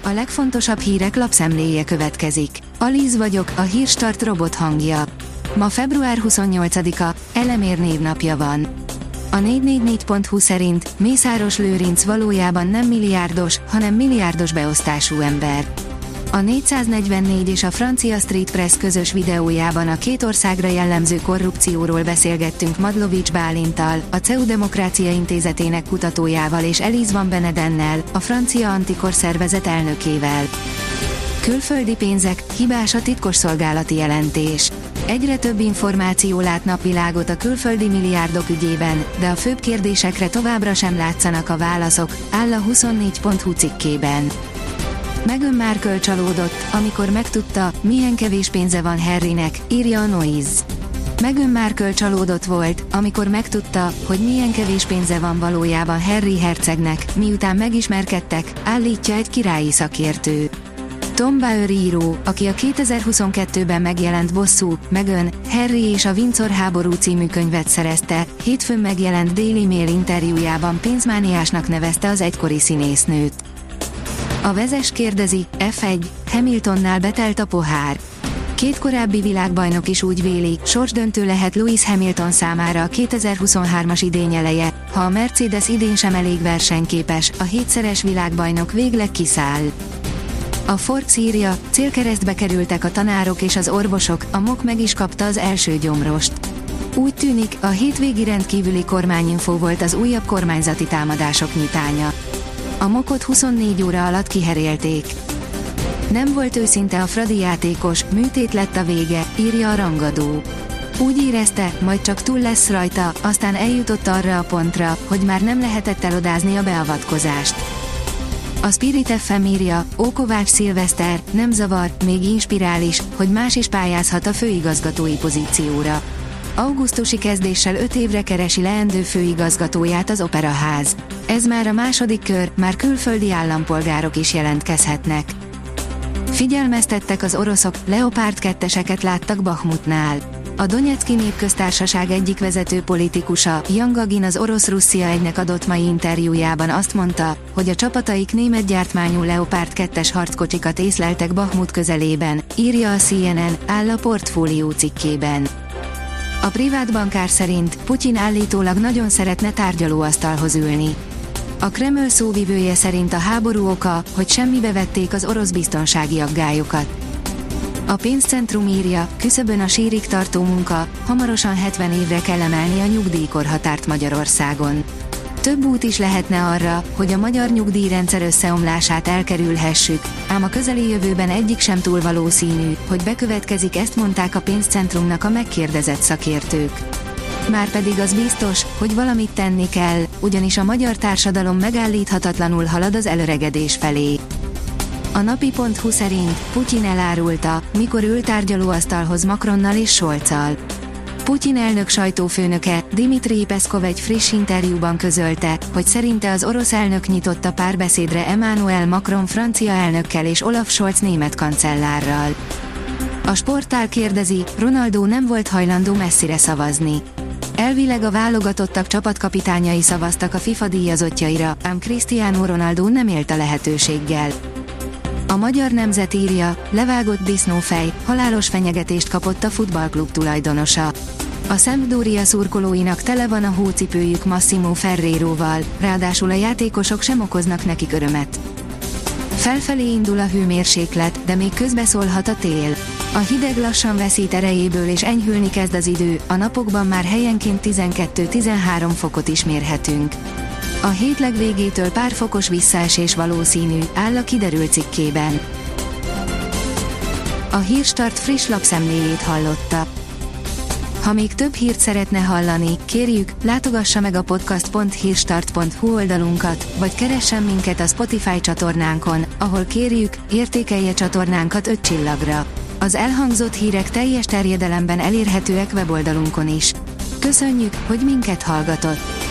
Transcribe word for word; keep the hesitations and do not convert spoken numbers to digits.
A legfontosabb hírek lapszemléje következik. Alíz vagyok, a Hírstart robot hangja. Ma február huszonnyolcadika, Elemér névnapja van. A négy négy négy pont hu szerint Mészáros Lőrinc valójában nem milliárdos, hanem milliárdos beosztású ember. A négyszáznegyvennégy és a francia Street Press közös videójában a két országra jellemző korrupcióról beszélgettünk Madlovics Bálinttal, a cé e u Demokrácia Intézetének kutatójával és Elise Van Benedennel, a francia antikor szervezet elnökével. Külföldi pénzek, hibás a titkosszolgálati jelentés. Egyre több információ lát napvilágot a külföldi milliárdok ügyében, de a főbb kérdésekre továbbra sem látszanak a válaszok, áll a huszonnégy pont hu cikkében. Meghan Markle csalódott, amikor megtudta, milyen kevés pénze van Harrynek, írja a Noise. Meghan Markle csalódott volt, amikor megtudta, hogy milyen kevés pénze van valójában Harry hercegnek, miután megismerkedtek, állítja egy királyi szakértő. Tom Bauer író, aki a kétezer-huszonkettőben megjelent Bosszú, Meghan, Harry és a Windsor háború című könyvet szerezte, hétfőn megjelent Daily Mail interjújában pénzmániásnak nevezte az egykori színésznőt. A Vezes kérdezi, ef egy, Hamiltonnál betelt a pohár. Két korábbi világbajnok is úgy véli, sorsdöntő lehet Lewis Hamilton számára a kétezer-huszonhármas idény eleje, ha a Mercedes idén sem elég versenyképes, a hétszeres világbajnok végleg kiszáll. A Forbes írja, célkeresztbe kerültek a tanárok és az orvosok, a MOK meg is kapta az első gyomrost. Úgy tűnik, a hétvégi rendkívüli kormányinfó volt az újabb kormányzati támadások nyitánya. A mokot huszonnégy óra alatt kiherélték. Nem volt őszinte a fradi játékos, műtét lett a vége, írja a rangadó. Úgy érezte, majd csak túl lesz rajta, aztán eljutott arra a pontra, hogy már nem lehetett elodázni a beavatkozást. A Spirit ef em írja, Ó. Kovács Szilveszter, nem zavar, még inspirális, hogy más is pályázhat a főigazgatói pozícióra. Augusztusi kezdéssel öt évre keresi leendő főigazgatóját az Operaház. Ez már a második kör, már külföldi állampolgárok is jelentkezhetnek. Figyelmeztettek az oroszok, Leopard ketteseket láttak Bahmutnál. A Donetszki Népköztársaság egyik vezető politikusa, Jan Gagin az Orosz-Russzia egynek adott mai interjújában azt mondta, hogy a csapataik német gyártmányú Leopard kettes harckocsikat észleltek Bahmut közelében, írja a cé en en, áll a Portfólió cikkében. A privát bankár szerint Putyin állítólag nagyon szeretne tárgyalóasztalhoz ülni. A Kreml szóvivője szerint a háború oka, hogy semmibe vették az orosz biztonsági aggályokat. A Pénzcentrum írja, küszöbön a sírig tartó munka, hamarosan hetven évre kell emelni a nyugdíjkorhatárt Magyarországon. Több út is lehetne arra, hogy a magyar nyugdíjrendszer összeomlását elkerülhessük, ám a közeli jövőben egyik sem túl valószínű, hogy bekövetkezik, ezt mondták a Pénzcentrumnak a megkérdezett szakértők. Márpedig az biztos, hogy valamit tenni kell, ugyanis a magyar társadalom megállíthatatlanul halad az elöregedés felé. A napi pont hu szerint Putyin elárulta, mikor ül tárgyalóasztalhoz Macronnal és Scholzzal. Putyin elnök sajtófőnöke, Dmitrij Peszkov egy friss interjúban közölte, hogy szerinte az orosz elnök nyitott a párbeszédre Emmanuel Macron francia elnökkel és Olaf Scholz német kancellárral. A Sportál kérdezi, Ronaldo nem volt hajlandó Messire szavazni. Elvileg a válogatottak csapatkapitányai szavaztak a FIFA díjazottjaira, ám Cristiano Ronaldo nem élt a lehetőséggel. A Magyar Nemzet írja, levágott disznófej, halálos fenyegetést kapott a futballklub tulajdonosa. A Sampdoria szurkolóinak tele van a hócipőjük Massimo Ferreiróval, ráadásul a játékosok sem okoznak nekik örömet. Felfelé indul a hőmérséklet, de még közbeszólhat a tél. A hideg lassan veszít erejéből és enyhülni kezd az idő, a napokban már helyenként tizenkettő-tizenhárom fokot is mérhetünk. A hétleg végétől pár fokos visszaesés valószínű, áll a Kiderült cikkében. A Hírstart friss lapszemléjét hallotta. Ha még több hírt szeretne hallani, kérjük, látogassa meg a podcast pont hírstart pont hu oldalunkat, vagy keressen minket a Spotify csatornánkon, ahol kérjük, értékelje csatornánkat öt csillagra. Az elhangzott hírek teljes terjedelemben elérhetőek weboldalunkon is. Köszönjük, hogy minket hallgatott!